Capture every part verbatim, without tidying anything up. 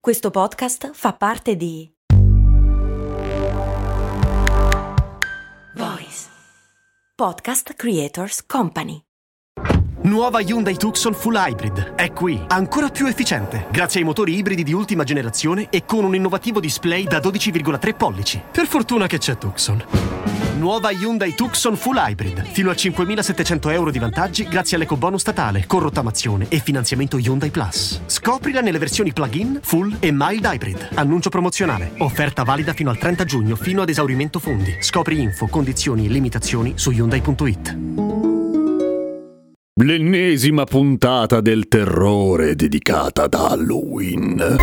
Questo podcast fa parte di Voice Podcast Creators Company. Nuova Hyundai Tucson Full Hybrid è qui, ancora più efficiente, grazie ai motori ibridi di ultima generazione e con un innovativo display da dodici virgola tre pollici. Per fortuna che c'è Tucson. Nuova Hyundai Tucson Full Hybrid, fino a cinquemilasettecento euro di vantaggi grazie all'ecobonus statale, con rottamazione e finanziamento Hyundai Plus. Scoprila nelle versioni plug-in, full e mild hybrid. Annuncio promozionale. Offerta valida fino al trenta giugno, fino ad esaurimento fondi. Scopri info, condizioni e limitazioni su Hyundai punto it. L'ennesima puntata del terrore dedicata ad Halloween.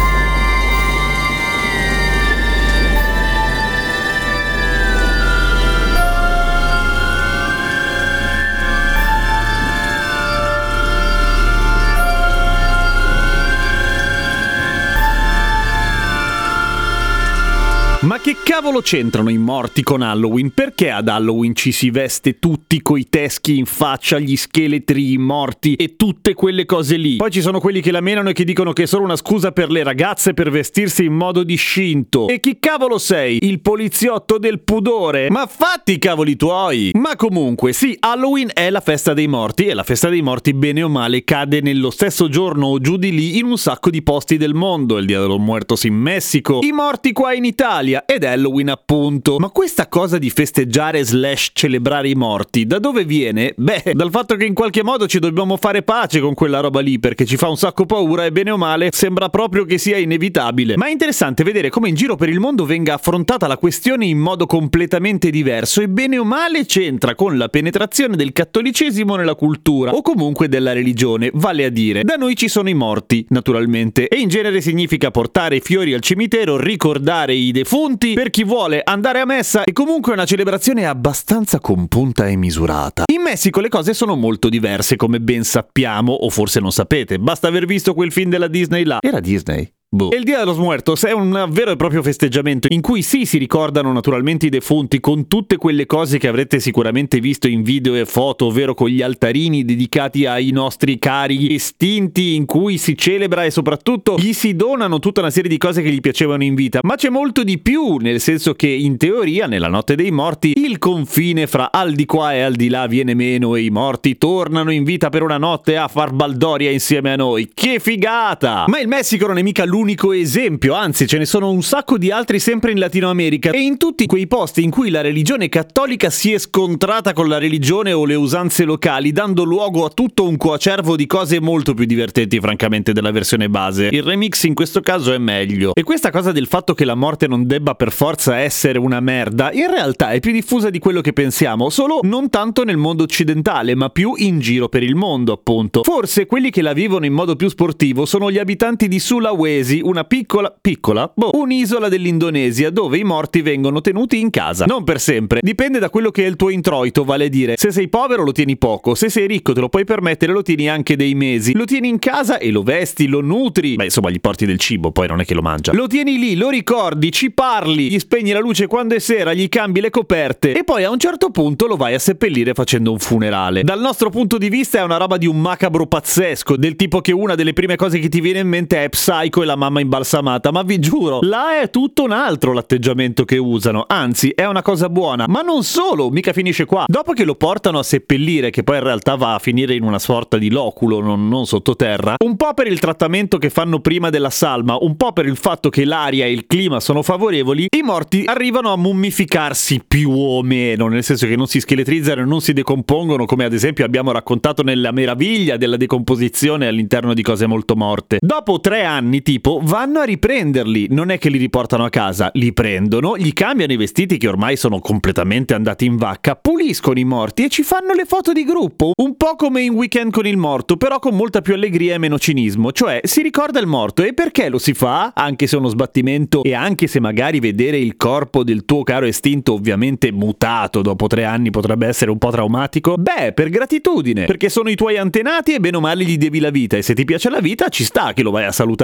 Ma che cavolo c'entrano i morti con Halloween? Perché ad Halloween ci si veste tutti coi teschi in faccia, gli scheletri morti e tutte quelle cose lì? Poi ci sono quelli che la menano e che dicono che è solo una scusa per le ragazze per vestirsi in modo discinto. E chi cavolo sei? Il poliziotto del pudore? Ma fatti i cavoli tuoi! Ma comunque, sì, Halloween è la festa dei morti e la festa dei morti, bene o male, cade nello stesso giorno o giù di lì in un sacco di posti del mondo. Il Dia de los Muertos in Messico, i morti qua in Italia ed Halloween appunto. Ma questa cosa di festeggiare slash celebrare i morti da dove viene? Beh, dal fatto che in qualche modo ci dobbiamo fare pace con quella roba lì, perché ci fa un sacco paura e bene o male sembra proprio che sia inevitabile. Ma è interessante vedere come in giro per il mondo venga affrontata la questione in modo completamente diverso e bene o male c'entra con la penetrazione del cattolicesimo nella cultura o comunque della religione, vale a dire da noi ci sono i morti naturalmente e in genere significa portare fiori al cimitero, ricordare i defunti per chi vuole andare a messa e comunque una celebrazione abbastanza compunta e misurata. In Messico le cose sono molto diverse, come ben sappiamo, o forse non sapete, basta aver visto quel film della Disney là. Era Disney? Boh. Il Dia de los Muertos è un vero e proprio festeggiamento in cui sì si ricordano naturalmente i defunti con tutte quelle cose che avrete sicuramente visto in video e foto, ovvero con gli altarini dedicati ai nostri cari estinti in cui si celebra e soprattutto gli si donano tutta una serie di cose che gli piacevano in vita. Ma c'è molto di più, nel senso che in teoria nella notte dei morti il confine fra al di qua e al di là viene meno e i morti tornano in vita per una notte a far baldoria insieme a noi. Che figata! Ma il Messico non è mica l'unico unico esempio, anzi ce ne sono un sacco di altri sempre in Latino America e in tutti quei posti in cui la religione cattolica si è scontrata con la religione o le usanze locali, dando luogo a tutto un coacervo di cose molto più divertenti francamente della versione base. Il remix in questo caso è meglio. E questa cosa del fatto che la morte non debba per forza essere una merda in realtà è più diffusa di quello che pensiamo, solo non tanto nel mondo occidentale ma più in giro per il mondo appunto. Forse quelli che la vivono in modo più sportivo sono gli abitanti di Sulawesi, una piccola, piccola, boh, un'isola dell'Indonesia dove i morti vengono tenuti in casa. Non per sempre, dipende da quello che è il tuo introito, vale a dire, se sei povero lo tieni poco, se sei ricco te lo puoi permettere lo tieni anche dei mesi, lo tieni in casa e lo vesti, lo nutri, beh insomma gli porti del cibo, poi non è che lo mangia, lo tieni lì, lo ricordi, ci parli, gli spegni la luce quando è sera, gli cambi le coperte e poi a un certo punto lo vai a seppellire facendo un funerale. Dal nostro punto di vista è una roba di un macabro pazzesco, del tipo che una delle prime cose che ti viene in mente è Psycho e la mamma imbalsamata, ma vi giuro, là è tutto un altro l'atteggiamento che usano, anzi è una cosa buona, ma non solo, mica finisce qua. Dopo che lo portano a seppellire, che poi in realtà va a finire in una sorta di loculo, non, non sottoterra, un po' per il trattamento che fanno prima della salma, un po' per il fatto che l'aria e il clima sono favorevoli, i morti arrivano a mummificarsi più o meno, nel senso che non si scheletrizzano e non si decompongono, come ad esempio abbiamo raccontato nella meraviglia della decomposizione all'interno di Cose molto morte. Dopo tre anni tipo vanno a riprenderli, non è che li riportano a casa, li prendono, gli cambiano i vestiti che ormai sono completamente andati in vacca, puliscono i morti e ci fanno le foto di gruppo, un po' come in Weekend con il morto, però con molta più allegria e meno cinismo, cioè si ricorda il morto e perché lo si fa? Anche se è uno sbattimento e anche se magari vedere il corpo del tuo caro estinto ovviamente mutato dopo tre anni potrebbe essere un po' traumatico, beh, per gratitudine, perché sono i tuoi antenati e bene o male gli devi la vita e se ti piace la vita ci sta che lo vai a salutare ogni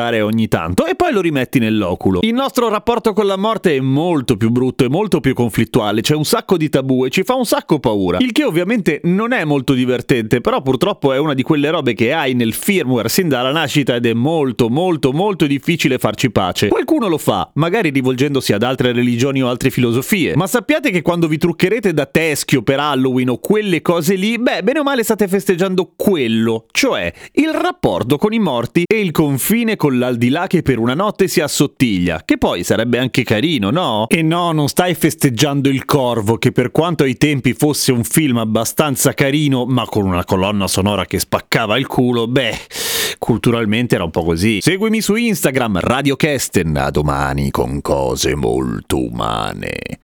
ogni tanto e poi lo rimetti nell'oculo. Il nostro rapporto con la morte è molto più brutto e molto più conflittuale, c'è un sacco di tabù e ci fa un sacco paura, il che ovviamente non è molto divertente, però purtroppo è una di quelle robe che hai nel firmware sin dalla nascita ed è molto molto molto difficile farci pace. Qualcuno lo fa, magari rivolgendosi ad altre religioni o altre filosofie, ma sappiate che quando vi truccherete da teschio per Halloween o quelle cose lì, beh, bene o male state festeggiando quello, cioè il rapporto con i morti e il confine con l'aldilà che per una notte si assottiglia, che poi sarebbe anche carino, no? E no, non stai festeggiando Il Corvo, che per quanto ai tempi fosse un film abbastanza carino, ma con una colonna sonora che spaccava il culo, beh, culturalmente era un po' così. Seguimi su Instagram, Radio Kesten, a domani con cose molto umane.